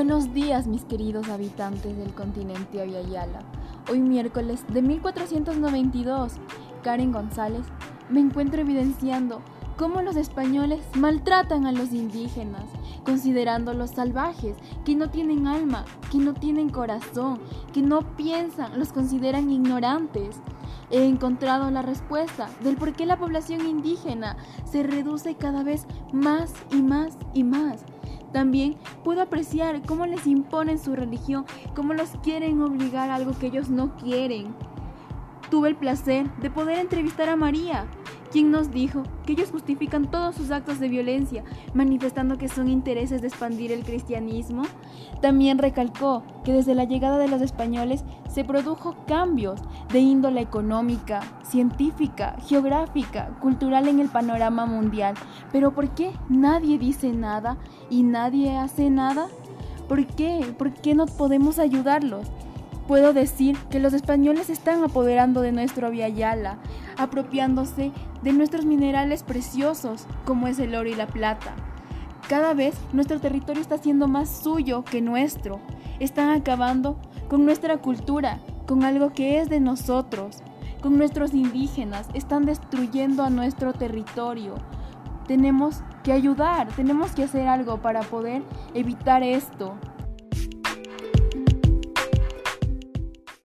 Buenos días, mis queridos habitantes del continente Aviala. Hoy miércoles de 1492, Karen González, me encuentro evidenciando cómo los españoles maltratan a los indígenas, considerándolos salvajes, que no tienen alma, que no tienen corazón, que no piensan, los consideran ignorantes. He encontrado la respuesta del por qué la población indígena se reduce cada vez más y más y más. También puedo apreciar cómo les imponen su religión, cómo los quieren obligar a algo que ellos no quieren. Tuve el placer de poder entrevistar a María, quien nos dijo que ellos justifican todos sus actos de violencia, manifestando que son intereses de expandir el cristianismo. También recalcó que desde la llegada de los españoles se produjo cambios de índole económica, científica, geográfica, cultural en el panorama mundial. Pero ¿por qué nadie dice nada y nadie hace nada? ¿Por qué? ¿Por qué no podemos ayudarlos? Puedo decir que los españoles se están apoderando de nuestro Aviala, apropiándose de nuestros minerales preciosos, como es el oro y la plata. Cada vez nuestro territorio está siendo más suyo que nuestro. Están acabando con nuestra cultura, con algo que es de nosotros, con nuestros indígenas. Están destruyendo a nuestro territorio. Tenemos que ayudar, tenemos que hacer algo para poder evitar esto.